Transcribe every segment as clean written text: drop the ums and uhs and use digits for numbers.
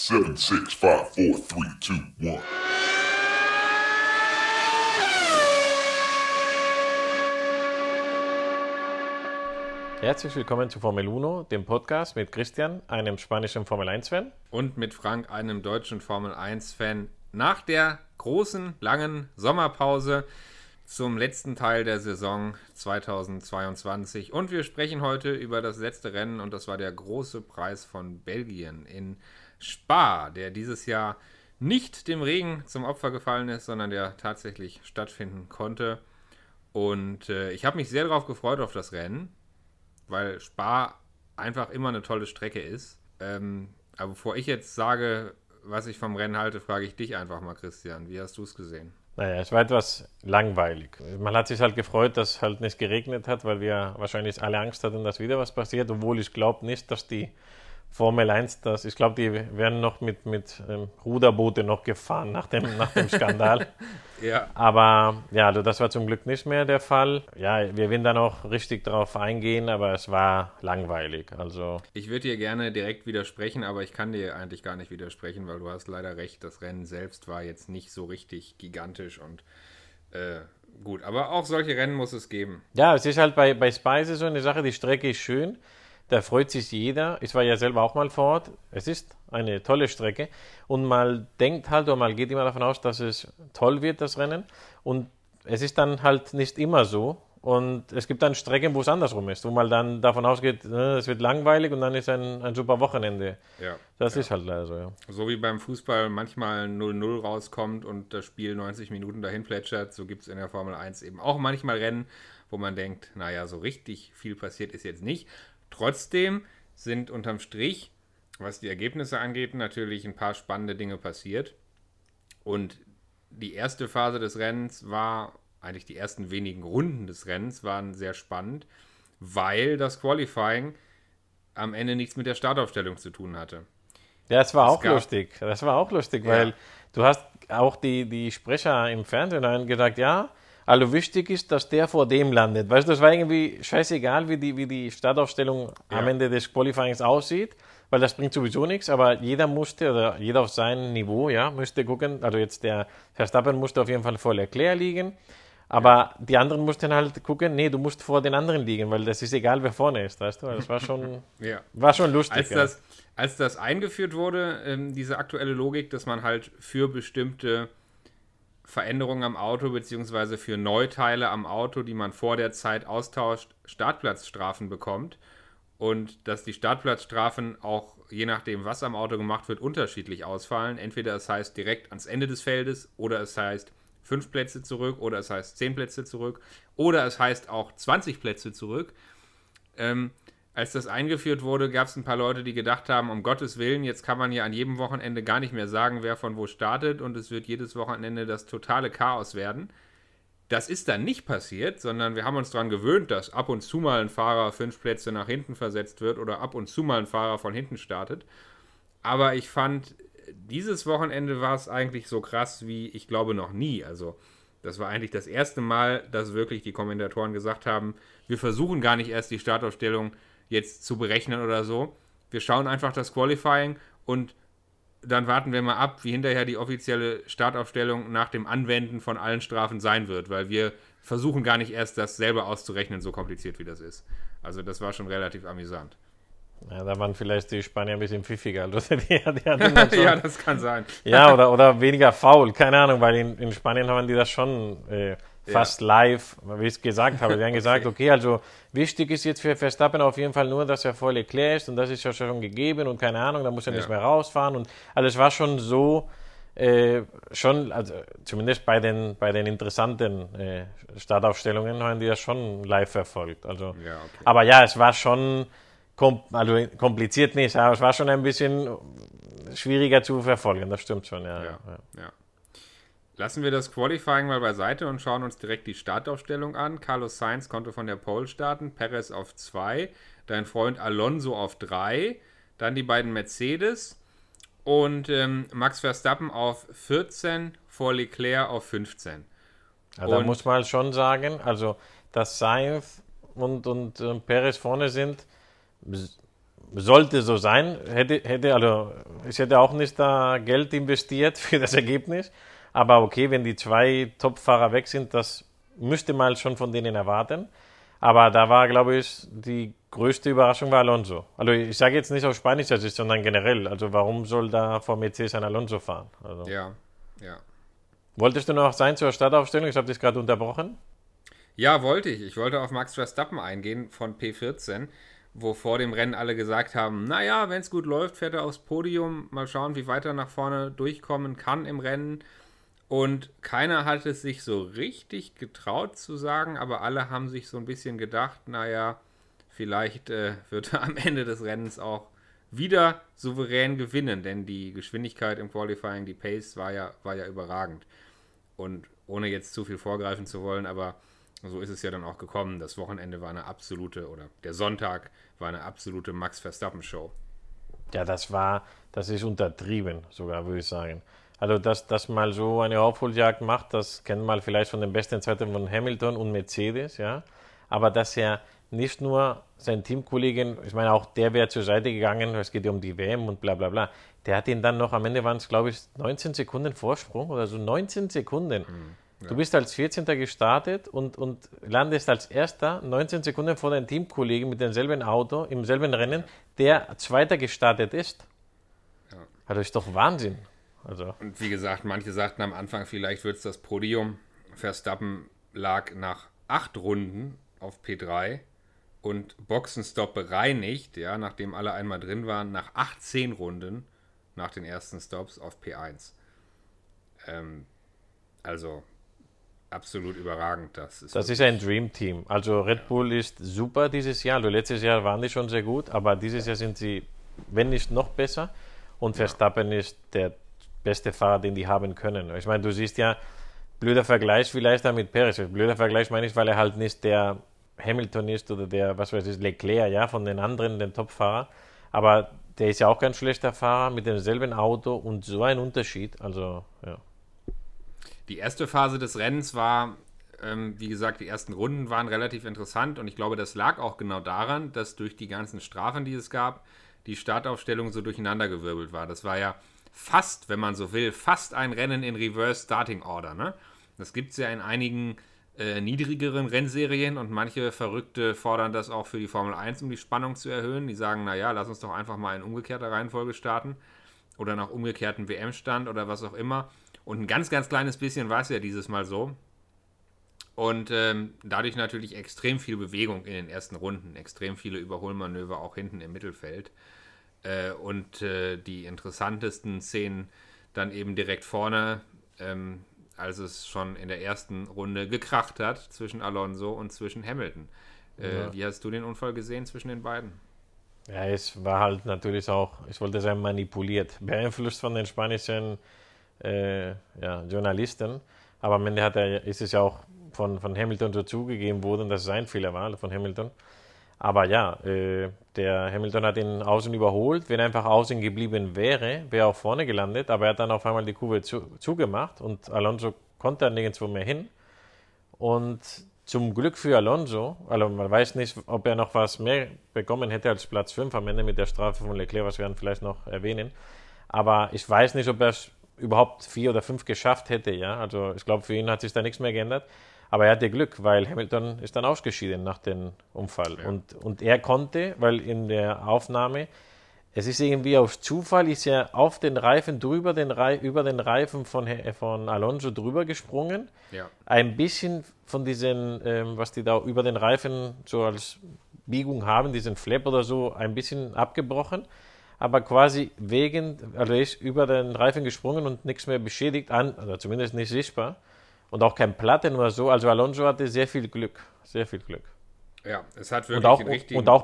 7, 6, 5, 4, 3, 2, 1. Herzlich willkommen zu Formel Uno, dem Podcast mit Christian, einem spanischen Formel-1-Fan. Und mit Frank, einem deutschen Formel-1-Fan. Nach der großen, langen Sommerpause zum letzten Teil der Saison 2022. Und wir sprechen heute über das letzte Rennen und das war der große Preis von Belgien in Spa, der dieses Jahr nicht dem Regen zum Opfer gefallen ist, sondern der tatsächlich stattfinden konnte. Und ich habe mich sehr darauf gefreut auf das Rennen, weil Spa einfach immer eine tolle Strecke ist. Aber bevor ich jetzt sage, was ich vom Rennen halte, frage ich dich einfach mal, Christian. Wie hast du es gesehen? Naja, es war etwas langweilig. Man hat sich halt gefreut, dass es halt nicht geregnet hat, weil wir wahrscheinlich alle Angst hatten, dass wieder was passiert, obwohl ich glaube nicht, dass die Formel 1 das, ich glaube, die werden noch mit Ruderboote noch gefahren nach dem Skandal. Ja. Aber ja, also das war zum Glück nicht mehr der Fall. Ja, wir werden da noch richtig drauf eingehen, aber es war langweilig. Also Ich würde dir gerne direkt widersprechen, aber ich kann dir eigentlich gar nicht widersprechen, weil du hast leider recht, das Rennen selbst war jetzt nicht so richtig gigantisch und gut. Aber auch solche Rennen muss es geben. ja, es ist halt bei Spa ist es so eine Sache, die Strecke ist schön. Da freut sich jeder. Ich war ja selber auch mal vor Ort. Es ist eine tolle Strecke. Und man denkt halt, oder man geht immer davon aus, dass es toll wird, das Rennen. Und es ist dann halt nicht immer so. Und es gibt dann Strecken, wo es andersrum ist, wo man dann davon ausgeht, es wird langweilig und dann ist ein super Wochenende. Ja. Das ist halt leider so, ja. So wie beim Fußball manchmal 0-0 rauskommt und das Spiel 90 Minuten dahin plätschert, so gibt es in der Formel 1 eben auch manchmal Rennen, wo man denkt, naja, so richtig viel passiert ist jetzt nicht. Trotzdem sind unterm Strich, was die Ergebnisse angeht, natürlich ein paar spannende Dinge passiert. Und die erste Phase des Rennens war, eigentlich die ersten wenigen Runden des Rennens waren sehr spannend, weil das Qualifying am Ende nichts mit der Startaufstellung zu tun hatte. Ja, das war Es auch gab- lustig. Das war auch lustig, Ja. weil du hast auch die Sprecher im Fernsehen dann gesagt, ja, also wichtig ist, dass der vor dem landet. Weißt du, das war irgendwie scheißegal, wie die Startaufstellung am Ja. Ende des Qualifyings aussieht, weil das bringt sowieso nichts, aber jeder musste, oder jeder auf seinem Niveau, ja, müsste gucken, also jetzt der Verstappen musste auf jeden Fall vor Leclerc liegen, aber die anderen mussten halt gucken, nee, du musst vor den anderen liegen, weil das ist egal, wer vorne ist, weißt du, das war schon, Ja. war schon lustig. Als das eingeführt wurde, diese aktuelle Logik, dass man halt für bestimmte Veränderungen am Auto beziehungsweise für Neuteile am Auto, die man vor der Zeit austauscht, Startplatzstrafen bekommt und dass die Startplatzstrafen auch je nachdem, was am Auto gemacht wird, unterschiedlich ausfallen. Entweder es heißt direkt ans Ende des Feldes oder es heißt 5 Plätze zurück oder es heißt 10 Plätze zurück oder es heißt auch 20 Plätze zurück. Als das eingeführt wurde, gab es ein paar Leute, die gedacht haben, um Gottes Willen, jetzt kann man ja an jedem Wochenende gar nicht mehr sagen, wer von wo startet und es wird jedes Wochenende das totale Chaos werden. Das ist dann nicht passiert, sondern wir haben uns daran gewöhnt, dass ab und zu mal ein Fahrer 5 Plätze nach hinten versetzt wird oder ab und zu mal ein Fahrer von hinten startet. Aber ich fand, dieses Wochenende war es eigentlich so krass wie, ich glaube, noch nie. Also das war eigentlich das erste Mal, dass wirklich die Kommentatoren gesagt haben, wir versuchen gar nicht erst die Startaufstellung jetzt zu berechnen oder so. Wir schauen einfach das Qualifying und dann warten wir mal ab, wie hinterher die offizielle Startaufstellung nach dem Anwenden von allen Strafen sein wird, weil wir versuchen gar nicht erst das selber auszurechnen, so kompliziert wie das ist. Also das war schon relativ amüsant. Ja, da waren vielleicht die Spanier ein bisschen pfiffiger. Also die hatten das schon, Ja, das kann sein. ja, oder weniger faul, keine Ahnung, weil in Spanien haben die das schon fast live, wie ich es gesagt habe. Die haben gesagt, okay, also wichtig ist jetzt für Verstappen auf jeden Fall nur, dass er vor Leclerc ist und das ist ja schon gegeben und keine Ahnung, da muss er nicht mehr rausfahren und alles war schon so, also zumindest bei den interessanten Startaufstellungen haben die das schon live verfolgt. Also, Ja, okay. aber ja, es war schon also kompliziert nicht, aber es war schon ein bisschen schwieriger zu verfolgen, das stimmt schon, ja. Ja. Lassen wir das Qualifying mal beiseite und schauen uns direkt die Startaufstellung an. Carlos Sainz konnte von der Pole starten, Perez auf 2, dein Freund Alonso auf 3, dann die beiden Mercedes und Max Verstappen auf 14, vor Leclerc auf 15. Ja, da Und- muss man schon sagen, also dass Sainz und Perez vorne sind, sollte so sein. Also ich hätte auch nicht da Geld investiert für das Ergebnis. Aber okay, wenn die 2 Top-Fahrer weg sind, das müsste man schon von denen erwarten. Aber da war, glaube ich, die größte Überraschung war Alonso. Also ich sage jetzt nicht aus spanischer Sicht, sondern generell. Also warum soll da vor Mercedes ein Alonso fahren? Also, Ja. wolltest du noch sein zur Startaufstellung? Ich habe dich gerade unterbrochen. Ja, wollte ich. Ich wollte auf Max Verstappen eingehen von P14, wo vor dem Rennen alle gesagt haben, naja, wenn es gut läuft, fährt er aufs Podium. Mal schauen, wie weit er nach vorne durchkommen kann im Rennen. Und keiner hat es sich so richtig getraut zu sagen, aber alle haben sich so ein bisschen gedacht, naja, vielleicht wird er am Ende des Rennens auch wieder souverän gewinnen, denn die Geschwindigkeit im Qualifying, die Pace war ja überragend. Und ohne jetzt zu viel vorgreifen zu wollen, aber so ist es ja dann auch gekommen. Das Wochenende war eine absolute, oder der Sonntag war eine absolute Max Verstappen-Show. Ja, das ist untertrieben, sogar, würde ich sagen. Also, dass mal so eine Aufholjagd macht, das kennt man vielleicht von den besten Zeiten von Hamilton und Mercedes, ja. Aber dass er nicht nur seinen Teamkollegen, ich meine, auch der wäre zur Seite gegangen, es geht ja um die WM und bla bla bla. Der hat ihn dann noch, am Ende waren es, glaube ich, 19 Sekunden Vorsprung oder so, 19 Sekunden. Du bist als 14. gestartet und landest als Erster 19 Sekunden vor deinem Teamkollegen mit demselben Auto, im selben Rennen, der Zweiter gestartet ist. Ja. Also ist doch Wahnsinn. Also. Und wie gesagt, manche sagten am Anfang, vielleicht wird es das Podium. Verstappen lag nach 8 Runden auf P3 und Boxenstopp bereinigt, ja, nachdem alle einmal drin waren, nach 18 Runden nach den ersten Stops auf P1. Also absolut überragend. Das ist ein Dream Team. Also Red Bull ist super dieses Jahr. Also letztes Jahr waren die schon sehr gut, aber dieses Jahr sind sie, wenn nicht noch besser. Und Verstappen ist der beste Fahrer, den die haben können. Ich meine, du siehst ja, blöder Vergleich vielleicht da mit Perez. Blöder Vergleich meine ich, weil er halt nicht der Hamilton ist oder der, was weiß ich, Leclerc, ja, von den anderen, den Topfahrer. Aber der ist ja auch kein schlechter Fahrer mit demselben Auto und so ein Unterschied. Also, ja. Die erste Phase des Rennens war, wie gesagt, die ersten Runden waren relativ interessant und ich glaube, das lag auch genau daran, dass durch die ganzen Strafen, die es gab, die Startaufstellung so durcheinandergewirbelt war. Das war ja fast, wenn man so will, fast ein Rennen in Reverse Starting Order. Ne? Das gibt es ja in einigen niedrigeren Rennserien und manche Verrückte fordern das auch für die Formel 1, um die Spannung zu erhöhen. Die sagen, naja, lass uns doch einfach mal in umgekehrter Reihenfolge starten oder nach umgekehrten WM-Stand oder was auch immer. Und ein ganz, ganz kleines bisschen war es ja dieses Mal so. Und dadurch natürlich extrem viel Bewegung in den ersten Runden, extrem viele Überholmanöver auch hinten im Mittelfeld. Und die interessantesten Szenen dann eben direkt vorne, als es schon in der ersten Runde gekracht hat zwischen Alonso und zwischen Hamilton. Wie hast du den Unfall gesehen zwischen den beiden? Ja, es war halt natürlich auch, ich wollte sagen, manipuliert, beeinflusst von den spanischen Journalisten. Aber am Ende ist es ja auch von Hamilton so zugegeben worden, dass es sein Fehler war, von Hamilton. Aber ja, der Hamilton hat ihn außen überholt. Wenn er einfach außen geblieben wäre, wäre er auch vorne gelandet. Aber er hat dann auf einmal die Kurve zugemacht und Alonso konnte dann nirgendwo mehr hin. Und zum Glück für Alonso, also man weiß nicht, ob er noch was mehr bekommen hätte als Platz 5 am Ende mit der Strafe von Leclerc, was wir dann vielleicht noch erwähnen. Aber ich weiß nicht, ob er es überhaupt 4 oder 5 geschafft hätte. Ja? Also ich glaube, für ihn hat sich da nichts mehr geändert. Aber er hatte Glück, weil Hamilton ist dann ausgeschieden nach dem Unfall. Ja. Und er konnte, weil in der Aufnahme, es ist irgendwie aus Zufall, ist er auf den Reifen über den Reifen von Alonso drüber gesprungen. Ja. Ein bisschen von diesen, was die da über den Reifen so als Biegung haben, diesen Flap oder so, ein bisschen abgebrochen. Aber quasi also er ist über den Reifen gesprungen und nichts mehr beschädigt, oder zumindest nicht sichtbar. Und auch kein Platten oder so. Also Alonso hatte sehr viel Glück. Sehr viel Glück. Ja, es hat wirklich den richtigen... Und auch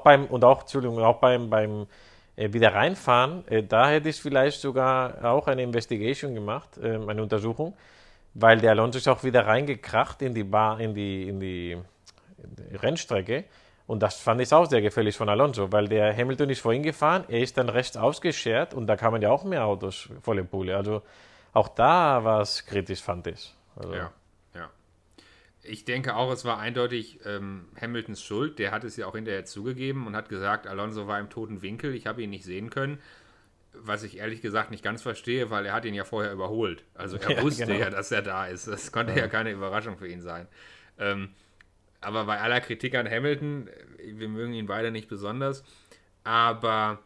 beim wieder reinfahren, da hätte ich vielleicht sogar auch eine Investigation gemacht, eine Untersuchung, weil der Alonso ist auch wieder reingekracht in die Rennstrecke. Und das fand ich auch sehr gefährlich von Alonso, weil der Hamilton ist vorhin gefahren, er ist dann rechts ausgeschert und da kamen ja auch mehr Autos volle Pulle. Also auch da war es kritisch, fand ich. Also. Ja. Ich denke auch, es war eindeutig Hamiltons Schuld. Der hat es ja auch hinterher zugegeben und hat gesagt, Alonso war im toten Winkel, ich habe ihn nicht sehen können. Was ich ehrlich gesagt nicht ganz verstehe, weil er hat ihn ja vorher überholt. Also er wusste ja, dass er da ist. Das konnte ja keine Überraschung für ihn sein. Aber bei aller Kritik an Hamilton, wir mögen ihn beide nicht besonders, aber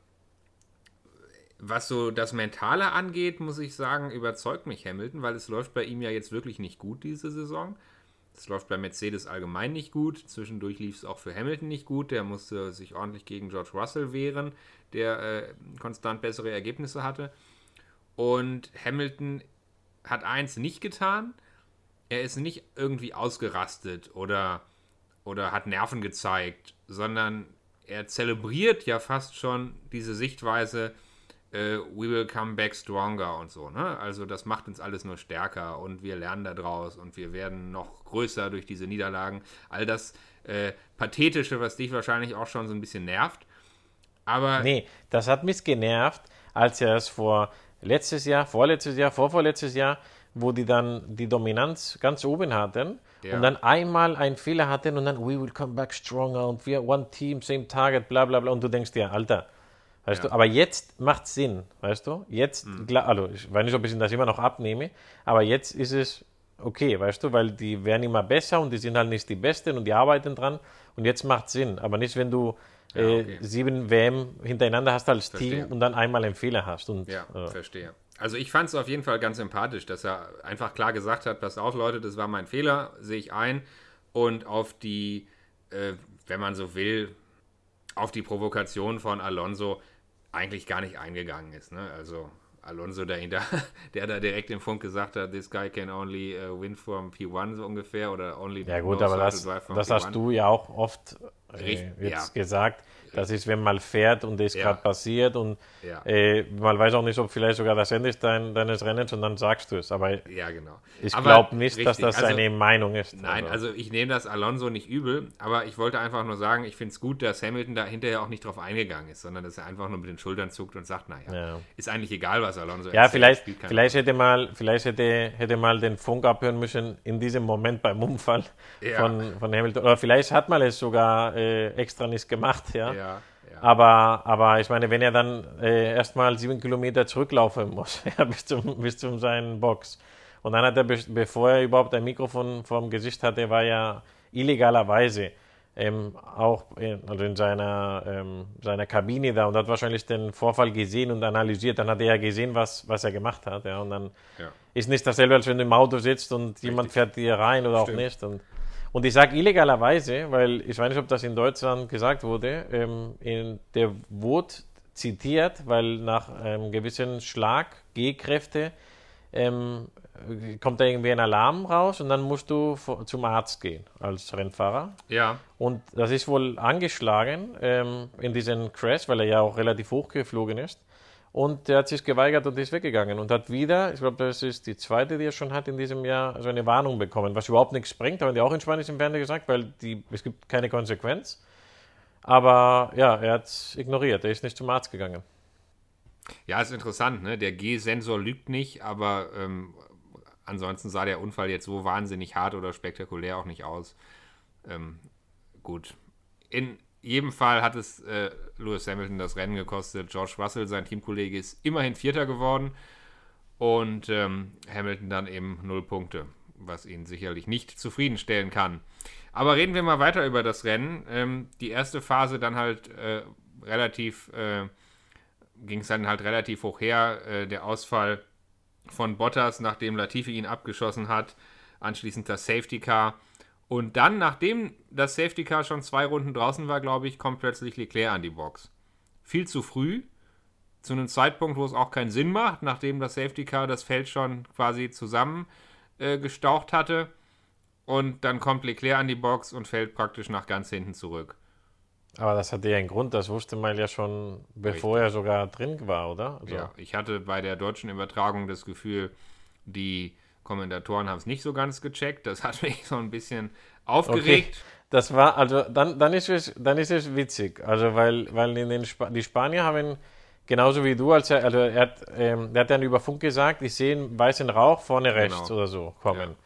was so das Mentale angeht, muss ich sagen, überzeugt mich Hamilton, weil es läuft bei ihm ja jetzt wirklich nicht gut diese Saison. Es läuft bei Mercedes allgemein nicht gut. Zwischendurch lief es auch für Hamilton nicht gut. Der musste sich ordentlich gegen George Russell wehren, der konstant bessere Ergebnisse hatte. Und Hamilton hat eins nicht getan. Er ist nicht irgendwie ausgerastet oder hat Nerven gezeigt, sondern er zelebriert ja fast schon diese Sichtweise, we will come back stronger und so. Ne? Also das macht uns alles nur stärker und wir lernen daraus und wir werden noch größer durch diese Niederlagen. All das Pathetische, was dich wahrscheinlich auch schon so ein bisschen nervt. Aber nee, das hat mich genervt, als er es vorletztes Jahr, vorvorletztes Jahr, wo die dann die Dominanz ganz oben hatten und dann einmal einen Fehler hatten und dann we will come back stronger und wir one team, same target, bla bla bla und du denkst dir, Alter, weißt du, aber jetzt macht es Sinn, weißt du, jetzt, also ich weiß nicht, ob ich das immer noch abnehme, aber jetzt ist es okay, weißt du, weil die werden immer besser und die sind halt nicht die Besten und die arbeiten dran und jetzt macht es Sinn, aber nicht, wenn du 7 WM hintereinander hast als Team und dann einmal einen Fehler hast. Und, verstehe. Also ich fand es auf jeden Fall ganz sympathisch, dass er einfach klar gesagt hat, passt auf Leute, das war mein Fehler, sehe ich ein. Und auf die, wenn man so will, auf die Provokation von Alonso eigentlich gar nicht eingegangen ist. Ne? Also Alonso dahinter, der da direkt im Funk gesagt hat, this guy can only win from P1 so ungefähr oder only ja gut, aber das hast du ja auch oft gesagt. Das ist, wenn mal fährt und das gerade passiert und man weiß auch nicht, ob vielleicht sogar das Ende ist deines Rennens und dann sagst du es. Aber genau. Ich glaube nicht, dass das seine Meinung ist. Nein, also ich nehme das Alonso nicht übel, aber ich wollte einfach nur sagen, ich finde es gut, dass Hamilton da hinterher auch nicht drauf eingegangen ist, sondern dass er einfach nur mit den Schultern zuckt und sagt, ist eigentlich egal, was Alonso erzählt. Ja, vielleicht hätte mal den Funk abhören müssen in diesem Moment beim Unfall von Hamilton. Oder vielleicht hat man es sogar extra nicht gemacht, Aber ich meine, wenn er dann erstmal 7 Kilometer zurücklaufen muss, bis zum seinen Box. Und dann hat er, bevor er überhaupt ein Mikrofon vorm Gesicht hatte, war ja illegalerweise auch in seiner Kabine da und hat wahrscheinlich den Vorfall gesehen und analysiert. Dann hat er ja gesehen, was er gemacht hat. Ja, und dann ist nicht dasselbe, als wenn du im Auto sitzt und jemand fährt dir rein oder auch nicht. Und ich sage illegalerweise, weil ich weiß nicht, ob das in Deutschland gesagt wurde, der wurde zitiert, weil nach einem gewissen Schlag, G-Kräfte, kommt da irgendwie ein Alarm raus und dann musst du zum Arzt gehen als Rennfahrer. Ja. Und das ist wohl angeschlagen in diesem Crash, weil er ja auch relativ hoch geflogen ist. Und der hat sich geweigert und ist weggegangen und hat wieder, ich glaube, das ist die zweite, die er schon hat in diesem Jahr, also eine Warnung bekommen, was überhaupt nichts bringt, haben die auch in Spanien im Fernsehen gesagt, weil es gibt keine Konsequenz. Aber ja, er hat es ignoriert, er ist nicht zum Arzt gegangen. Ja, ist interessant, ne? Der G-Sensor lügt nicht, aber ansonsten sah der Unfall jetzt so wahnsinnig hart oder spektakulär auch nicht aus. Gut. In jedem Fall hat es Lewis Hamilton das Rennen gekostet. George Russell, sein Teamkollege, ist immerhin Vierter geworden und Hamilton dann eben 0 Punkte, was ihn sicherlich nicht zufriedenstellen kann. Aber reden wir mal weiter über das Rennen. Die erste Phase dann halt ging es dann halt relativ hoch her. Der Ausfall von Bottas, nachdem Latifi ihn abgeschossen hat, anschließend das Safety Car. Und dann, nachdem das Safety Car schon 2 Runden draußen war, glaube ich, kommt plötzlich Leclerc an die Box. Viel zu früh, zu einem Zeitpunkt, wo es auch keinen Sinn macht, nachdem das Safety Car das Feld schon quasi zusammen gestaucht hatte. Und dann kommt Leclerc an die Box und fällt praktisch nach ganz hinten zurück. Aber das hatte ja einen Grund, das wusste man ja schon, bevor er sogar drin war, oder? Also. Ja, ich hatte bei der deutschen Übertragung das Gefühl, die Kommentatoren haben es nicht so ganz gecheckt. Das hat mich so ein bisschen aufgeregt. Okay. Das war, also dann ist es witzig. Also weil die Spanier haben genauso wie du, er hat dann über Funk gesagt, ich sehe einen weißen Rauch vorne rechts oder so kommen. Ja.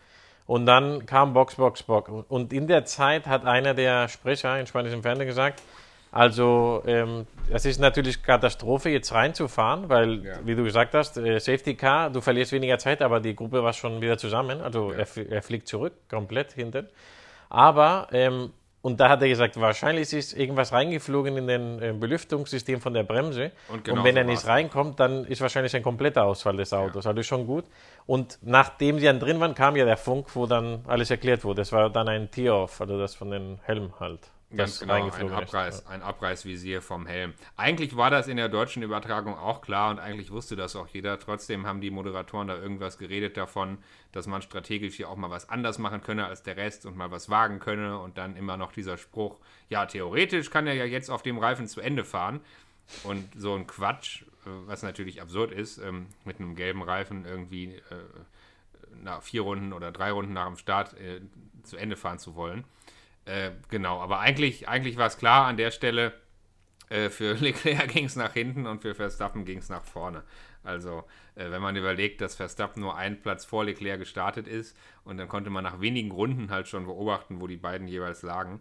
Und dann kam Box. Und in der Zeit hat einer der Sprecher in spanischen Fernsehen gesagt, also es ist natürlich Katastrophe, jetzt reinzufahren, weil, wie du gesagt hast, Safety Car, du verlierst weniger Zeit, aber die Gruppe war schon wieder zusammen. Also er fliegt zurück, komplett hinten. Aber, und da hat er gesagt, wahrscheinlich ist irgendwas reingeflogen in den Belüftungssystem von der Bremse. Und wenn er nicht reinkommt, dann ist wahrscheinlich ein kompletter Ausfall des Autos. Also schon gut. Und nachdem sie dann drin waren, kam ja der Funk, wo dann alles erklärt wurde. Das war dann ein Tear-Off, also das von den Helm halt. Ganz genau, ein Abreißvisier vom Helm. Eigentlich war das in der deutschen Übertragung auch klar und eigentlich wusste das auch jeder. Trotzdem haben die Moderatoren da irgendwas geredet davon, dass man strategisch hier auch mal was anders machen könne als der Rest und mal was wagen könne. Und dann immer noch dieser Spruch, ja, theoretisch kann er ja jetzt auf dem Reifen zu Ende fahren. Und so ein Quatsch, was natürlich absurd ist, mit einem gelben Reifen irgendwie nach 4 Runden oder 3 Runden nach dem Start zu Ende fahren zu wollen. Genau, aber eigentlich war es klar an der Stelle, für Leclerc ging es nach hinten und für Verstappen ging es nach vorne. Also, wenn man überlegt, dass Verstappen nur einen Platz vor Leclerc gestartet ist und dann konnte man nach wenigen Runden halt schon beobachten, wo die beiden jeweils lagen,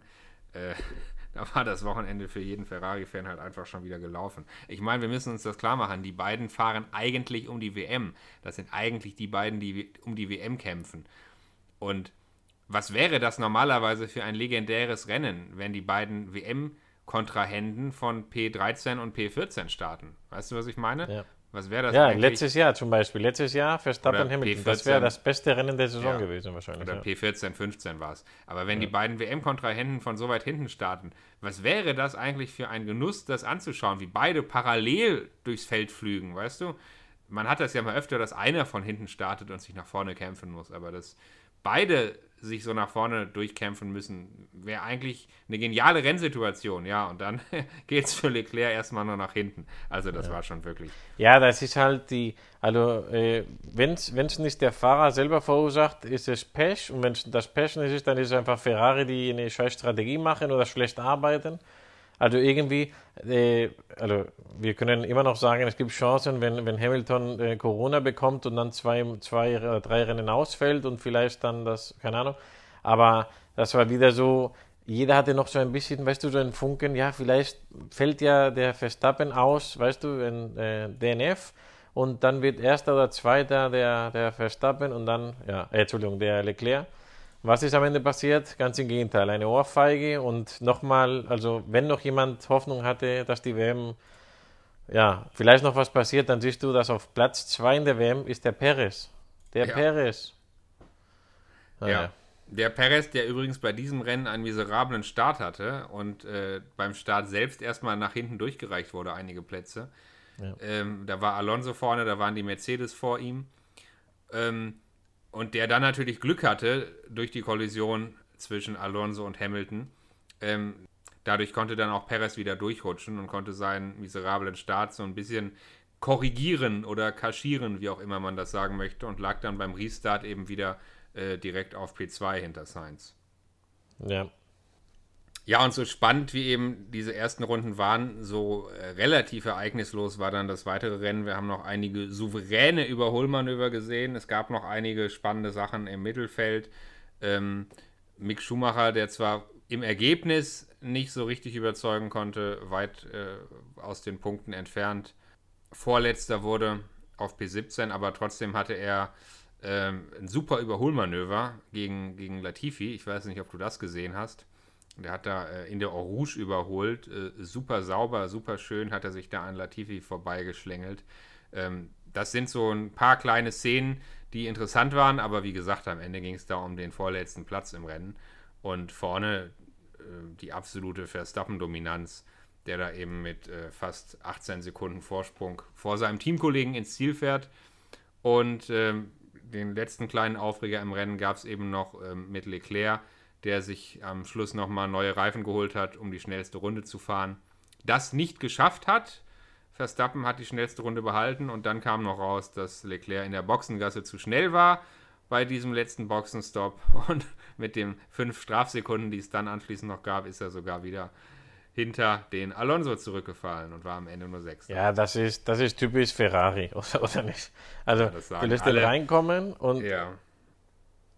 da war das Wochenende für jeden Ferrari-Fan halt einfach schon wieder gelaufen. Ich meine, wir müssen uns das klar machen, die beiden fahren eigentlich um die WM. Das sind eigentlich die beiden, die um die WM kämpfen. Und was wäre das normalerweise für ein legendäres Rennen, wenn die beiden WM-Kontrahenten von P13 und P14 starten? Weißt du, was ich meine? Ja. Was wäre das eigentlich? Letztes Jahr zum Beispiel. Letztes Jahr Verstappen Hamilton. P14, das wäre das beste Rennen der Saison gewesen wahrscheinlich. Oder P14, 15 war es. Aber wenn die beiden WM-Kontrahenten von so weit hinten starten, was wäre das eigentlich für ein Genuss, das anzuschauen, wie beide parallel durchs Feld flügen, weißt du? Man hat das ja mal öfter, dass einer von hinten startet und sich nach vorne kämpfen muss, aber dass beide sich so nach vorne durchkämpfen müssen, wäre eigentlich eine geniale Rennsituation, ja, und dann geht es für Leclerc erstmal nur nach hinten. Also das war schon wirklich... Ja, das ist halt also wenn es nicht der Fahrer selber verursacht, ist es Pech, und wenn es das Pech nicht ist, dann ist es einfach Ferrari, die eine scheiß Strategie machen oder schlecht arbeiten. Also irgendwie, also wir können immer noch sagen, es gibt Chancen, wenn Hamilton Corona bekommt und dann zwei oder 3 Rennen ausfällt und vielleicht dann das, keine Ahnung. Aber das war wieder so, jeder hatte noch so ein bisschen, weißt du, so einen Funken, ja, vielleicht fällt ja der Verstappen aus, weißt du, in DNF, und dann wird Erster oder Zweiter der Verstappen und dann, der Leclerc. Was ist am Ende passiert? Ganz im Gegenteil, eine Ohrfeige und nochmal, also wenn noch jemand Hoffnung hatte, dass die WM, vielleicht noch was passiert, dann siehst du, dass auf Platz 2 in der WM ist der Perez. Perez. Der Perez, der übrigens bei diesem Rennen einen miserablen Start hatte und beim Start selbst erstmal nach hinten durchgereicht wurde, einige Plätze. Ja. Da war Alonso vorne, da waren die Mercedes vor ihm. Und der dann natürlich Glück hatte durch die Kollision zwischen Alonso und Hamilton. Dadurch konnte dann auch Perez wieder durchrutschen und konnte seinen miserablen Start so ein bisschen korrigieren oder kaschieren, wie auch immer man das sagen möchte, und lag dann beim Restart eben wieder direkt auf P2 hinter Sainz. Ja. Ja, und so spannend wie eben diese ersten Runden waren, so relativ ereignislos war dann das weitere Rennen. Wir haben noch einige souveräne Überholmanöver gesehen. Es gab noch einige spannende Sachen im Mittelfeld. Mick Schumacher, der zwar im Ergebnis nicht so richtig überzeugen konnte, weit aus den Punkten entfernt, Vorletzter wurde auf P17, aber trotzdem hatte er ein super Überholmanöver gegen Latifi. Ich weiß nicht, ob du das gesehen hast. Der hat da in der Eau Rouge überholt, super sauber, super schön, hat er sich da an Latifi vorbeigeschlängelt. Das sind so ein paar kleine Szenen, die interessant waren, aber wie gesagt, am Ende ging es da um den vorletzten Platz im Rennen. Und vorne die absolute Verstappen-Dominanz, der da eben mit fast 18 Sekunden Vorsprung vor seinem Teamkollegen ins Ziel fährt. Und den letzten kleinen Aufreger im Rennen gab es eben noch mit Leclerc, der sich am Schluss nochmal neue Reifen geholt hat, um die schnellste Runde zu fahren. Das nicht geschafft hat. Verstappen hat die schnellste Runde behalten und dann kam noch raus, dass Leclerc in der Boxengasse zu schnell war bei diesem letzten Boxenstopp. Und mit den 5 Strafsekunden, die es dann anschließend noch gab, ist er sogar wieder hinter den Alonso zurückgefallen und war am Ende nur 6. Ja, das ist typisch Ferrari, oder nicht? Also, du lässt den reinkommen und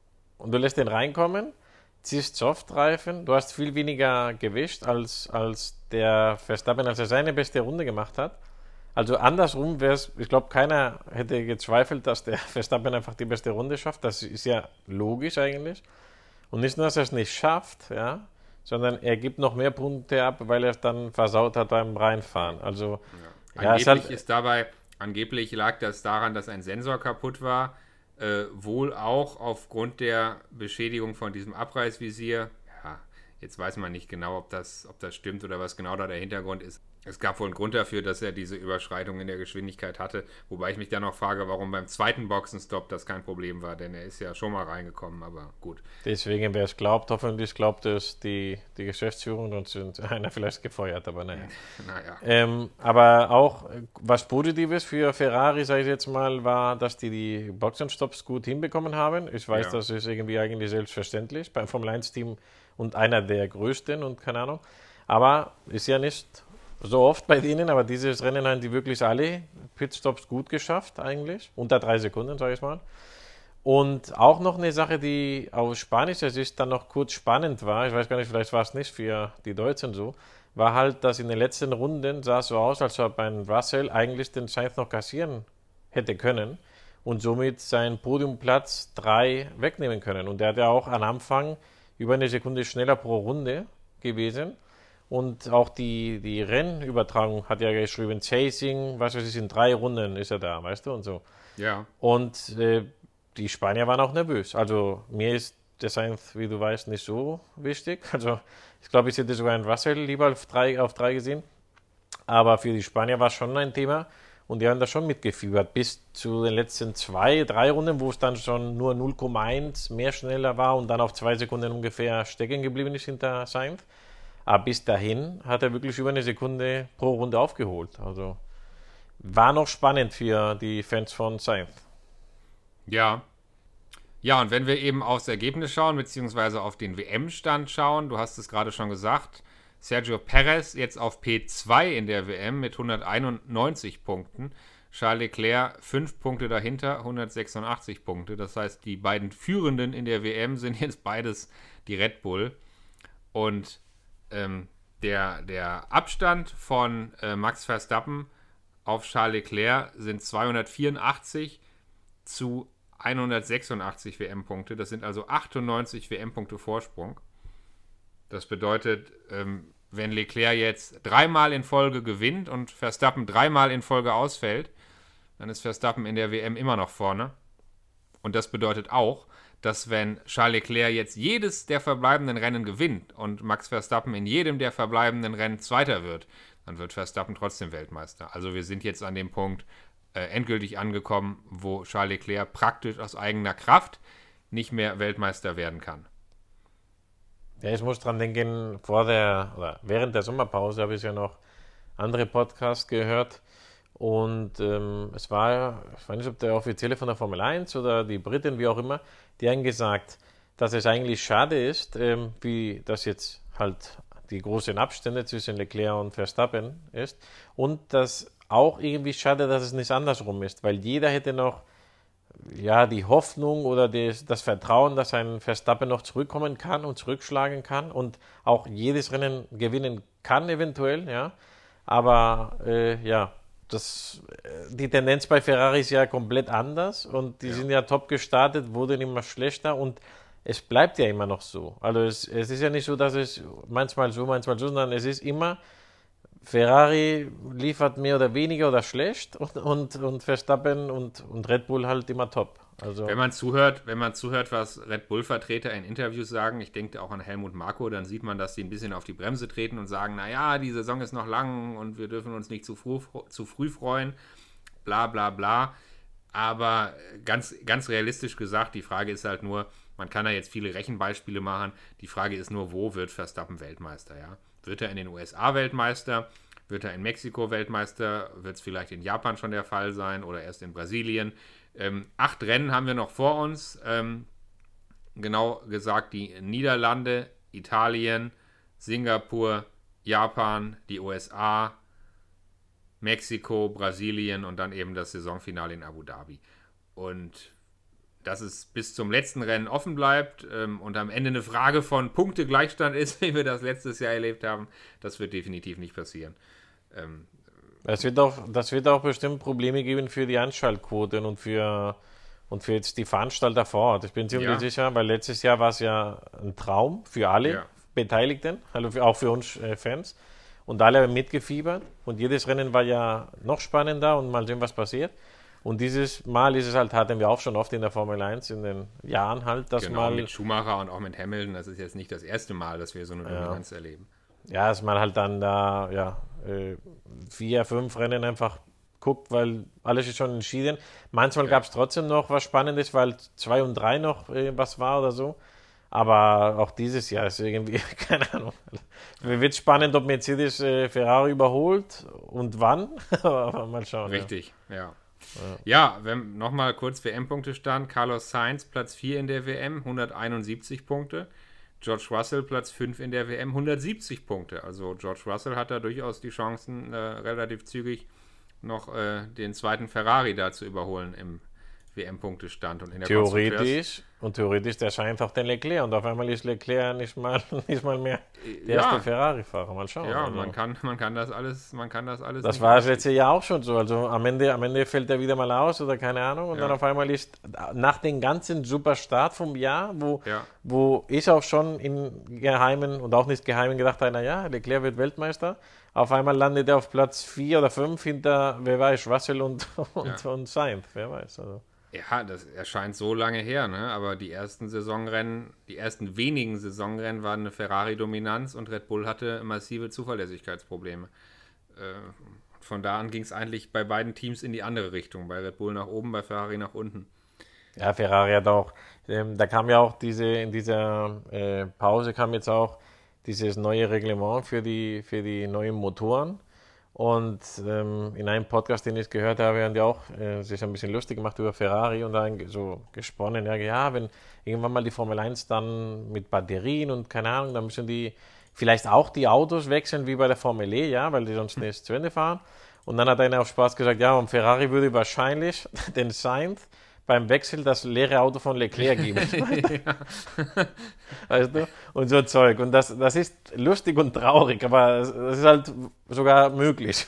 und du lässt den reinkommen, ziehst Softreifen, du hast viel weniger Gewicht als der Verstappen, als er seine beste Runde gemacht hat. Also andersrum wäre es, ich glaube, keiner hätte gezweifelt, dass der Verstappen einfach die beste Runde schafft. Das ist ja logisch eigentlich. Und nicht nur, dass er es nicht schafft, ja, sondern er gibt noch mehr Punkte ab, weil er es dann versaut hat beim Reinfahren. Also, ja, angeblich lag das daran, dass ein Sensor kaputt war. Wohl auch aufgrund der Beschädigung von diesem Abreißvisier. Ja, jetzt weiß man nicht genau, ob das stimmt oder was genau da der Hintergrund ist. Es gab wohl einen Grund dafür, dass er diese Überschreitung in der Geschwindigkeit hatte, wobei ich mich dann noch frage, warum beim zweiten Boxenstopp das kein Problem war, denn er ist ja schon mal reingekommen, aber gut. Deswegen, wer es glaubt, hoffentlich glaubt es die Geschäftsführung und sind einer vielleicht gefeuert, aber naja. Aber auch was Positives für Ferrari, sage ich jetzt mal, war, dass die Boxenstopps gut hinbekommen haben. Ich weiß, das ist irgendwie eigentlich selbstverständlich beim Formel-1-Team und einer der größten und keine Ahnung. Aber ist ja nicht so oft bei denen, aber dieses Rennen haben die wirklich alle Pitstops gut geschafft eigentlich. Unter 3 Sekunden, sage ich mal. Und auch noch eine Sache, die aus spanischer Sicht dann noch kurz spannend war, ich weiß gar nicht, vielleicht war es nicht für die Deutschen so, war halt, dass in den letzten Runden sah es so aus, als ob ein Russell eigentlich den Sainz noch kassieren hätte können und somit seinen Podiumplatz 3 wegnehmen können. Und der hat ja auch am Anfang über eine Sekunde schneller pro Runde gewesen. Und auch die Rennübertragung hat ja geschrieben, Chasing, was weiß ich, in 3 Runden ist er da, weißt du, und so. Ja. Und die Spanier waren auch nervös. Also mir ist der Sainz, wie du weißt, nicht so wichtig. Also ich glaube, ich hätte sogar einen Russell lieber auf 3 gesehen. Aber für die Spanier war es schon ein Thema. Und die haben da schon mitgefiebert, bis zu den letzten 2, 3 Runden, wo es dann schon nur 0,1 mehr schneller war und dann auf 2 Sekunden ungefähr stecken geblieben ist hinter Sainz. Aber bis dahin hat er wirklich über eine Sekunde pro Runde aufgeholt. Also war noch spannend für die Fans von Sainz. Ja. Ja, und wenn wir eben aufs Ergebnis schauen, beziehungsweise auf den WM-Stand schauen, du hast es gerade schon gesagt, Sergio Perez jetzt auf P2 in der WM mit 191 Punkten. Charles Leclerc 5 Punkte dahinter, 186 Punkte. Das heißt, die beiden Führenden in der WM sind jetzt beides die Red Bull. Und der Abstand von Max Verstappen auf Charles Leclerc sind 284 zu 186 WM-Punkte. Das sind also 98 WM-Punkte Vorsprung. Das bedeutet, wenn Leclerc jetzt 3-mal in Folge gewinnt und Verstappen 3-mal in Folge ausfällt, dann ist Verstappen in der WM immer noch vorne. Und das bedeutet auch, dass wenn Charles Leclerc jetzt jedes der verbleibenden Rennen gewinnt und Max Verstappen in jedem der verbleibenden Rennen Zweiter wird, dann wird Verstappen trotzdem Weltmeister. Also wir sind jetzt an dem Punkt endgültig angekommen, wo Charles Leclerc praktisch aus eigener Kraft nicht mehr Weltmeister werden kann. Ja, ich muss dran denken, während der Sommerpause habe ich ja noch andere Podcasts gehört. Und es war, ich weiß nicht, ob der offizielle von der Formel 1 oder die Briten, wie auch immer, die haben gesagt, dass es eigentlich schade ist, wie das jetzt halt die großen Abstände zwischen Leclerc und Verstappen ist. Und dass auch irgendwie schade, dass es nicht andersrum ist, weil jeder hätte noch die Hoffnung oder das Vertrauen, dass ein Verstappen noch zurückkommen kann und zurückschlagen kann und auch jedes Rennen gewinnen kann eventuell, ja. Aber die Tendenz bei Ferrari ist ja komplett anders und die sind ja top gestartet, wurden immer schlechter und es bleibt ja immer noch so. Also es ist ja nicht so, dass es manchmal so, sondern es ist immer, Ferrari liefert mehr oder weniger oder schlecht und Verstappen und Red Bull halt immer top. Also wenn man zuhört, was Red Bull-Vertreter in Interviews sagen, ich denke auch an Helmut Marko, dann sieht man, dass sie ein bisschen auf die Bremse treten und sagen, naja, die Saison ist noch lang und wir dürfen uns nicht zu früh freuen, bla bla bla. Aber ganz, ganz realistisch gesagt, die Frage ist halt nur, man kann da jetzt viele Rechenbeispiele machen, die Frage ist nur, wo wird Verstappen Weltmeister, ja? Wird er in den USA Weltmeister? Wird er in Mexiko Weltmeister? Wird es vielleicht in Japan schon der Fall sein oder erst in Brasilien? 8 Rennen haben wir noch vor uns. Genau gesagt die Niederlande, Italien, Singapur, Japan, die USA, Mexiko, Brasilien und dann eben das Saisonfinale in Abu Dhabi. Und dass es bis zum letzten Rennen offen bleibt und am Ende eine Frage von Punktegleichstand ist, wie wir das letztes Jahr erlebt haben, das wird definitiv nicht passieren. Das wird auch bestimmt Probleme geben für die Einschaltquoten und für jetzt die Veranstalter vor Ort. Ich bin ziemlich sicher, weil letztes Jahr war es ja ein Traum für alle Beteiligten, also auch für uns Fans. Und alle haben mitgefiebert. Und jedes Rennen war ja noch spannender und mal sehen, was passiert. Und dieses Mal ist es halt, hatten wir auch schon oft in der Formel 1 in den Jahren halt, dass genau, mit Schumacher und auch mit Hamilton, das ist jetzt nicht das erste Mal, dass wir so eine Dominanz erleben. Ja, dass man halt dann da 4, 5 Rennen einfach guckt, weil alles ist schon entschieden. Manchmal gab es trotzdem noch was Spannendes, weil 2 und 3 noch was war oder so. Aber auch dieses Jahr ist irgendwie, keine Ahnung. Wird spannend, ob Mercedes Ferrari überholt und wann. Aber mal schauen. Richtig, ja, nochmal kurz WM-Punktestand. Carlos Sainz Platz 4 in der WM, 171 Punkte. George Russell Platz 5 in der WM, 170 Punkte. Also George Russell hat da durchaus die Chancen, relativ zügig noch den zweiten Ferrari da zu überholen im WM-Punktestand. Und in der theoretisch, der scheint auch den Leclerc. Und auf einmal ist Leclerc nicht mal mehr der erste Ferrari-Fahrer. Mal schauen. Ja, also. man kann das alles. Das war das letzte Jahr auch schon so. Also am Ende fällt er wieder mal aus oder keine Ahnung. Und dann auf einmal ist nach dem ganzen super Start vom Jahr, wo ich auch schon in Geheimen und auch nicht Geheimen gedacht habe, naja, Leclerc wird Weltmeister. Auf einmal landet er auf Platz 4 oder 5 hinter, wer weiß, Russell und Sainz, wer weiß. Also. Ja, das erscheint so lange her, ne? Aber die ersten wenigen Saisonrennen waren eine Ferrari-Dominanz und Red Bull hatte massive Zuverlässigkeitsprobleme. Von da an ging es eigentlich bei beiden Teams in die andere Richtung. Bei Red Bull nach oben, bei Ferrari nach unten. Ja, Ferrari hat auch, da kam ja auch in dieser Pause kam jetzt auch dieses neue Reglement für die neuen Motoren. Und in einem Podcast, den ich gehört habe, haben die auch sich ein bisschen lustig gemacht über Ferrari und dann so gesponnen, wenn irgendwann mal die Formel 1 dann mit Batterien und keine Ahnung, dann müssen die vielleicht auch die Autos wechseln wie bei der Formel E, weil die sonst nicht zu Ende fahren. Und dann hat einer auf Spaß gesagt, und Ferrari würde wahrscheinlich den Sainz beim Wechsel das leere Auto von Leclerc geben. Weißt du? Und so Zeug. Und das ist lustig und traurig, aber das ist halt sogar möglich.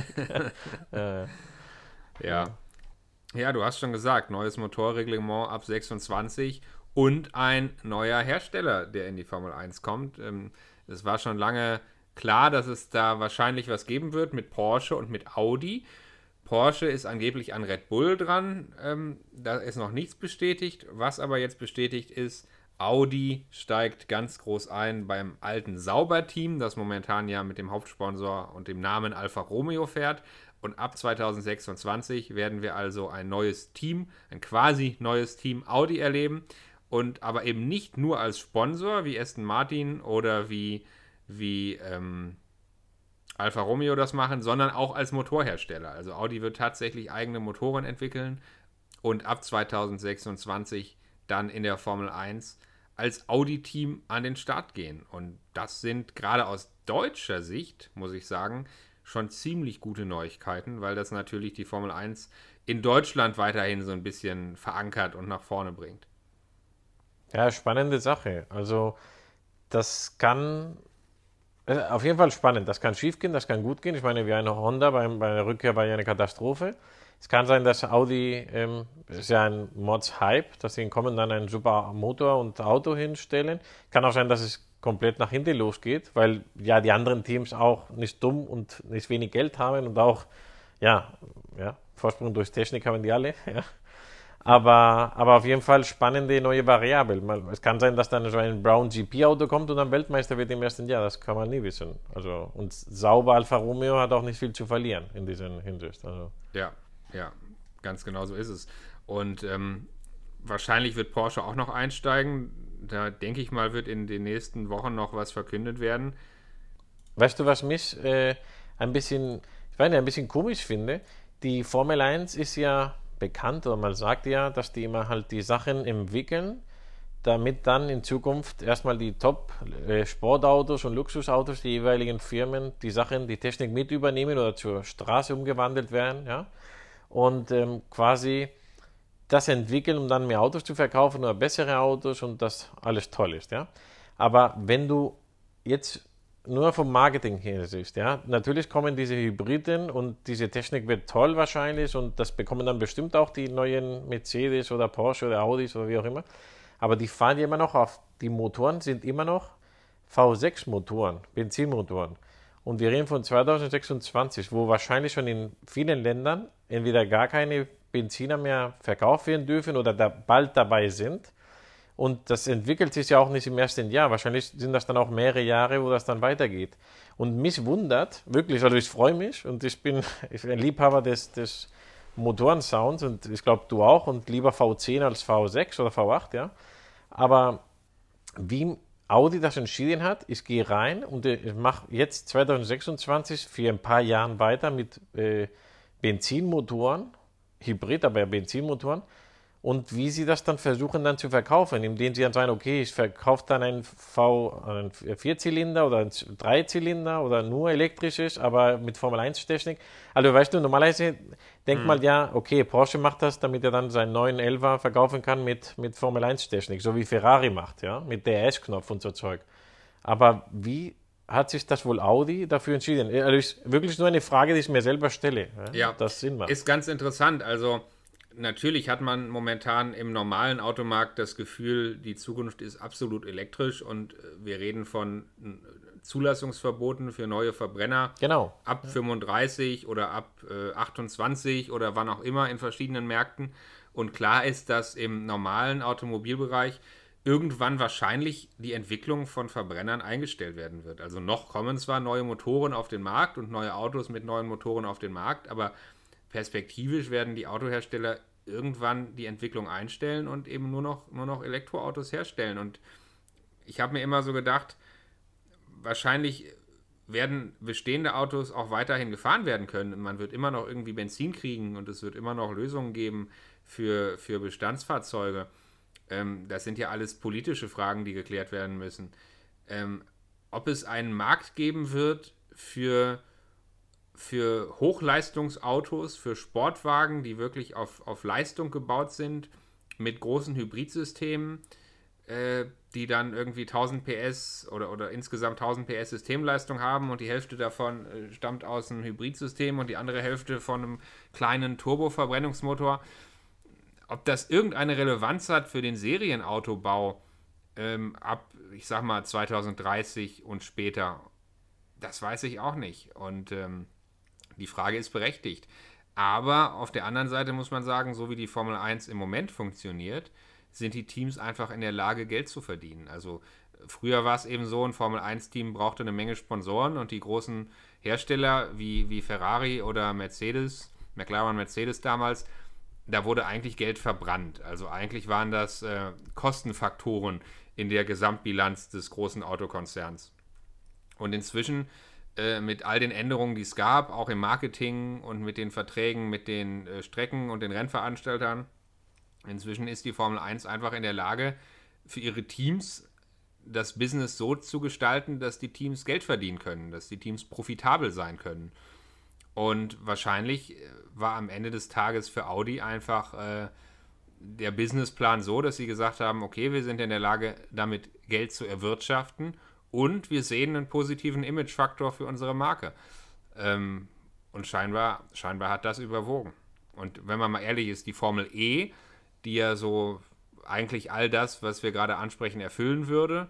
Ja, du hast schon gesagt, neues Motorreglement ab 26 und ein neuer Hersteller, der in die Formel 1 kommt. Es war schon lange klar, dass es da wahrscheinlich was geben wird mit Porsche und mit Audi. Porsche ist angeblich an Red Bull dran, da ist noch nichts bestätigt. Was aber jetzt bestätigt ist, Audi steigt ganz groß ein beim alten Sauber-Team, das momentan ja mit dem Hauptsponsor und dem Namen Alfa Romeo fährt. Und ab 2026 werden wir also ein neues Team, ein quasi neues Team Audi erleben. Und aber eben nicht nur als Sponsor wie Aston Martin oder wie Alfa Romeo das machen, sondern auch als Motorhersteller. Also Audi wird tatsächlich eigene Motoren entwickeln und ab 2026 dann in der Formel 1 als Audi-Team an den Start gehen. Und das sind gerade aus deutscher Sicht, muss ich sagen, schon ziemlich gute Neuigkeiten, weil das natürlich die Formel 1 in Deutschland weiterhin so ein bisschen verankert und nach vorne bringt. Ja, spannende Sache. Also das kann auf jeden Fall spannend. Das kann schief gehen, das kann gut gehen. Ich meine, wie eine Honda bei der Rückkehr war ja eine Katastrophe. Es kann sein, dass Audi, ist ja ein Mods-Hype, dass sie kommen, dann einen super Motor und Auto hinstellen. Kann auch sein, dass es komplett nach hinten losgeht, weil ja die anderen Teams auch nicht dumm und nicht wenig Geld haben und auch, Vorsprung durch Technik haben die alle, ja. Aber auf jeden Fall spannende neue Variable. Es kann sein, dass dann so ein Brown GP-Auto kommt und dann Weltmeister wird im ersten Jahr. Das kann man nie wissen. Also, und sauber Alfa Romeo hat auch nicht viel zu verlieren in dieser Hinsicht. Also. Ja, ganz genau so ist es. Und wahrscheinlich wird Porsche auch noch einsteigen. Da denke ich mal, wird in den nächsten Wochen noch was verkündet werden. Weißt du, was mich ein bisschen komisch finde? Die Formel 1 ist ja bekannt, oder man sagt ja, dass die immer halt die Sachen entwickeln, damit dann in Zukunft erstmal die Top-Sportautos und Luxusautos, die jeweiligen Firmen, die Technik mit übernehmen oder zur Straße umgewandelt werden, ja. Und quasi das entwickeln, um dann mehr Autos zu verkaufen oder bessere Autos und das alles toll ist, ja. Aber wenn du jetzt nur vom Marketing her siehst, ja, natürlich kommen diese Hybriden und diese Technik wird toll wahrscheinlich und das bekommen dann bestimmt auch die neuen Mercedes oder Porsche oder Audis oder wie auch immer. Aber die fahren ja immer noch auf, die Motoren sind immer noch V6-Motoren, Benzinmotoren. Und wir reden von 2026, wo wahrscheinlich schon in vielen Ländern entweder gar keine Benziner mehr verkauft werden dürfen oder da bald dabei sind. Und das entwickelt sich ja auch nicht im ersten Jahr. Wahrscheinlich sind das dann auch mehrere Jahre, wo das dann weitergeht. Und mich wundert, wirklich, also ich freue mich und ich bin ein Liebhaber des Motorensounds und ich glaube du auch und lieber V10 als V6 oder V8, ja. Aber wie Audi das entschieden hat, ich gehe rein und ich mache jetzt 2026 für ein paar Jahren weiter mit Benzinmotoren, Hybrid, aber Benzinmotoren. Und wie sie das dann versuchen dann zu verkaufen, indem sie dann sagen, okay, ich verkaufe dann einen Vierzylinder oder einen Dreizylinder oder nur elektrisches, aber mit Formel-1-Technik. Also weißt du, normalerweise denkt man ja, okay, Porsche macht das, damit er dann seinen neuen 11er verkaufen kann mit Formel-1-Technik, so wie Ferrari macht, ja, mit DRS-Knopf und so Zeug. Aber wie hat sich das wohl Audi dafür entschieden? Also ist wirklich nur eine Frage, die ich mir selber stelle. Ja, das Sinn macht. ist ganz interessant. Also natürlich hat man momentan im normalen Automarkt das Gefühl, die Zukunft ist absolut elektrisch und wir reden von Zulassungsverboten für neue Verbrenner Genau. ab 35 oder ab 28 oder wann auch immer in verschiedenen Märkten. Und klar ist, dass im normalen Automobilbereich irgendwann wahrscheinlich die Entwicklung von Verbrennern eingestellt werden wird. Also noch kommen zwar neue Motoren auf den Markt und neue Autos mit neuen Motoren auf den Markt, aber perspektivisch werden die Autohersteller irgendwann die Entwicklung einstellen und eben nur noch Elektroautos herstellen. Und ich habe mir immer so gedacht, wahrscheinlich werden bestehende Autos auch weiterhin gefahren werden können. Man wird immer noch irgendwie Benzin kriegen und es wird immer noch Lösungen geben für Bestandsfahrzeuge. Das sind ja alles politische Fragen, die geklärt werden müssen. Ob es einen Markt geben wird für Hochleistungsautos, für Sportwagen, die wirklich auf Leistung gebaut sind, mit großen Hybridsystemen, die dann irgendwie 1000 PS oder insgesamt 1000 PS Systemleistung haben und die Hälfte davon stammt aus einem Hybridsystem und die andere Hälfte von einem kleinen Turboverbrennungsmotor. Ob das irgendeine Relevanz hat für den Serienautobau ab, ich sag mal, 2030 und später, das weiß ich auch nicht. Und die Frage ist berechtigt. Aber auf der anderen Seite muss man sagen, so wie die Formel 1 im Moment funktioniert, sind die Teams einfach in der Lage, Geld zu verdienen. Also früher war es eben so, ein Formel 1-Team brauchte eine Menge Sponsoren und die großen Hersteller wie Ferrari oder Mercedes, McLaren Mercedes damals, da wurde eigentlich Geld verbrannt. Also eigentlich waren das Kostenfaktoren in der Gesamtbilanz des großen Autokonzerns. Und inzwischen mit all den Änderungen, die es gab, auch im Marketing und mit den Verträgen mit den Strecken und den Rennveranstaltern, inzwischen ist die Formel 1 einfach in der Lage, für ihre Teams das Business so zu gestalten, dass die Teams Geld verdienen können, dass die Teams profitabel sein können. Und wahrscheinlich war am Ende des Tages für Audi einfach der Businessplan so, dass sie gesagt haben, okay, wir sind in der Lage, damit Geld zu erwirtschaften und wir sehen einen positiven Imagefaktor für unsere Marke. Und scheinbar hat das überwogen. Und wenn man mal ehrlich ist, die Formel E, die ja so eigentlich all das, was wir gerade ansprechen, erfüllen würde,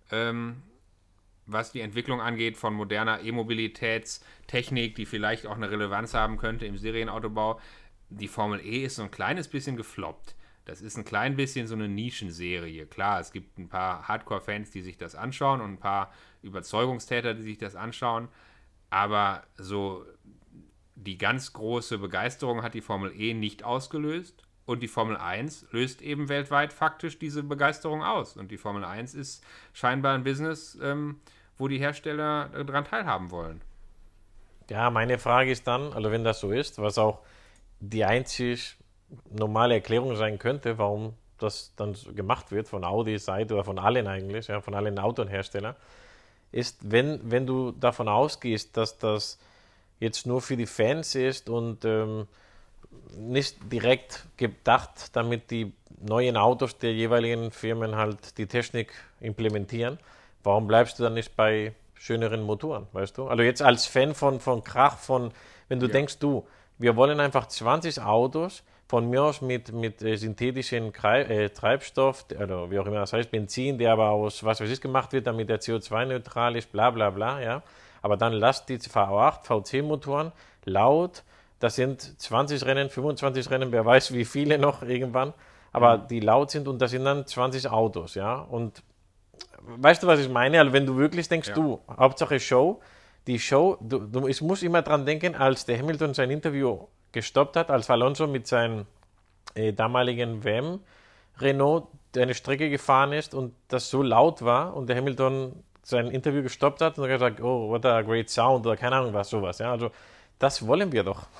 was die Entwicklung angeht von moderner E-Mobilitätstechnik, die vielleicht auch eine Relevanz haben könnte im Serienautobau, die Formel E ist so ein kleines bisschen gefloppt. Das ist ein klein bisschen so eine Nischenserie. Klar, es gibt ein paar Hardcore-Fans, die sich das anschauen und ein paar Überzeugungstäter, die sich das anschauen. Aber so die ganz große Begeisterung hat die Formel E nicht ausgelöst. Und die Formel 1 löst eben weltweit faktisch diese Begeisterung aus. Und die Formel 1 ist scheinbar ein Business, wo die Hersteller daran teilhaben wollen. Ja, meine Frage ist dann, also wenn das so ist, was auch die einzig normale Erklärung sein könnte, warum das dann so gemacht wird von Audis Seite oder von allen eigentlich, ja, von allen Autoherstellern, ist, wenn du davon ausgehst, dass das jetzt nur für die Fans ist und nicht direkt gedacht, damit die neuen Autos der jeweiligen Firmen halt die Technik implementieren. Warum bleibst du dann nicht bei schöneren Motoren, weißt du? Also jetzt als Fan von Krach, wenn du denkst, wir wollen einfach 20 Autos, von mir aus mit synthetischem Treibstoff, oder wie auch immer das heißt, Benzin, der aber aus was weiß ich gemacht wird, damit der CO2-neutral ist, bla bla bla, ja. Aber dann lasst die V8, V10-Motoren laut, das sind 20 Rennen, 25 Rennen, wer weiß wie viele noch irgendwann, aber die laut sind und das sind dann 20 Autos, ja. Und weißt du, was ich meine? Also wenn du wirklich denkst, Hauptsache Show, die Show, ich muss immer dran denken, als der Hamilton sein Interview gestoppt hat, als Alonso mit seinem damaligen WM Renault eine Strecke gefahren ist und das so laut war und der Hamilton sein Interview gestoppt hat und er gesagt, oh, what a great sound oder keine Ahnung was, sowas. Ja, also das wollen wir doch.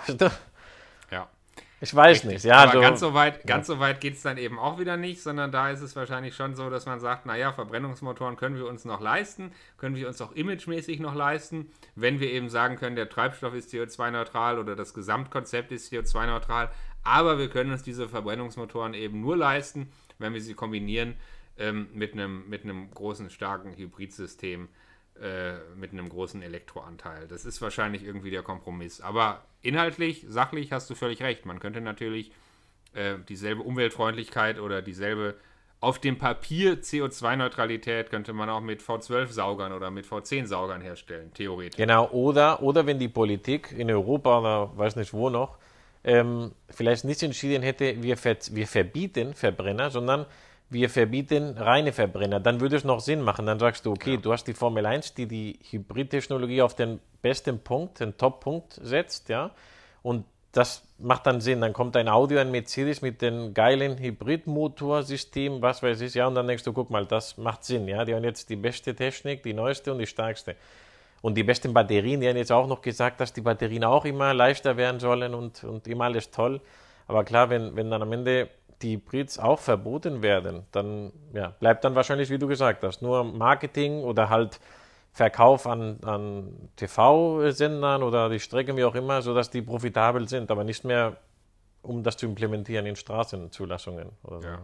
Ja. Ich weiß nicht. Ja, aber ganz so weit geht es dann eben auch wieder nicht, sondern da ist es wahrscheinlich schon so, dass man sagt, naja, Verbrennungsmotoren können wir uns noch leisten, können wir uns auch imagemäßig noch leisten, wenn wir eben sagen können, der Treibstoff ist CO2-neutral oder das Gesamtkonzept ist CO2-neutral, aber wir können uns diese Verbrennungsmotoren eben nur leisten, wenn wir sie kombinieren mit einem großen, starken Hybridsystem, mit einem großen Elektroanteil. Das ist wahrscheinlich irgendwie der Kompromiss. Aber inhaltlich, sachlich hast du völlig recht. Man könnte natürlich dieselbe Umweltfreundlichkeit oder dieselbe auf dem Papier CO2-Neutralität könnte man auch mit V12-Saugern oder mit V10-Saugern herstellen, theoretisch. Genau, oder wenn die Politik in Europa oder weiß nicht wo noch, vielleicht nicht entschieden hätte, wir verbieten Verbrenner, sondern wir verbieten reine Verbrenner, dann würde es noch Sinn machen. Dann sagst du, okay, du hast die Formel 1, die Hybridtechnologie auf den besten Punkt, den Top-Punkt setzt, ja, und das macht dann Sinn. Dann kommt ein Audi, ein Mercedes mit dem geilen Hybridmotorsystem, was weiß ich, ja, und dann denkst du, guck mal, das macht Sinn, ja, die haben jetzt die beste Technik, die neueste und die stärkste. Und die besten Batterien, die haben jetzt auch noch gesagt, dass die Batterien auch immer leichter werden sollen und immer alles toll. Aber klar, wenn dann am Ende die Hybrids auch verboten werden, dann bleibt dann wahrscheinlich, wie du gesagt hast, nur Marketing oder halt Verkauf an TV-Sendern oder die Strecken, wie auch immer, sodass die profitabel sind, aber nicht mehr, um das zu implementieren in Straßenzulassungen oder so. Ja.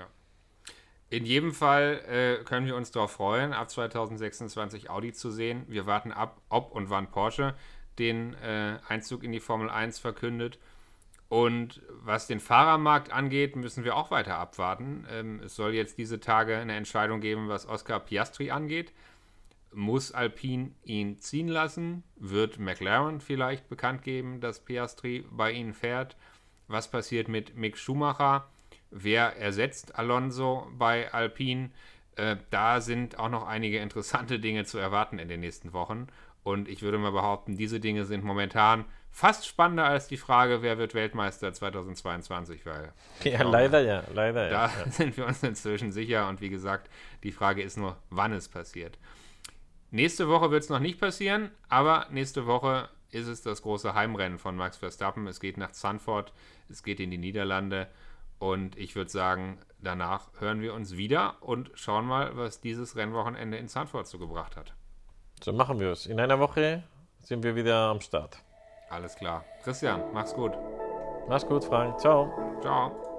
In jedem Fall können wir uns darauf freuen, ab 2026 Audi zu sehen. Wir warten ab, ob und wann Porsche den Einzug in die Formel 1 verkündet. Und was den Fahrermarkt angeht, müssen wir auch weiter abwarten. Es soll jetzt diese Tage eine Entscheidung geben, was Oscar Piastri angeht. Muss Alpine ihn ziehen lassen? Wird McLaren vielleicht bekannt geben, dass Piastri bei ihnen fährt? Was passiert mit Mick Schumacher? Wer ersetzt Alonso bei Alpine? Da sind auch noch einige interessante Dinge zu erwarten in den nächsten Wochen. Und ich würde mal behaupten, diese Dinge sind momentan fast spannender als die Frage, wer wird Weltmeister 2022, weil Leider. Da sind wir uns inzwischen sicher und wie gesagt, die Frage ist nur, wann es passiert. Nächste Woche wird es noch nicht passieren, aber nächste Woche ist es das große Heimrennen von Max Verstappen. Es geht nach Zandvoort, es geht in die Niederlande und ich würde sagen, danach hören wir uns wieder und schauen mal, was dieses Rennwochenende in Zandvoort so gebracht hat. So machen wir es. In einer Woche sind wir wieder am Start. Alles klar. Christian, mach's gut. Mach's gut, Frank. Ciao. Ciao.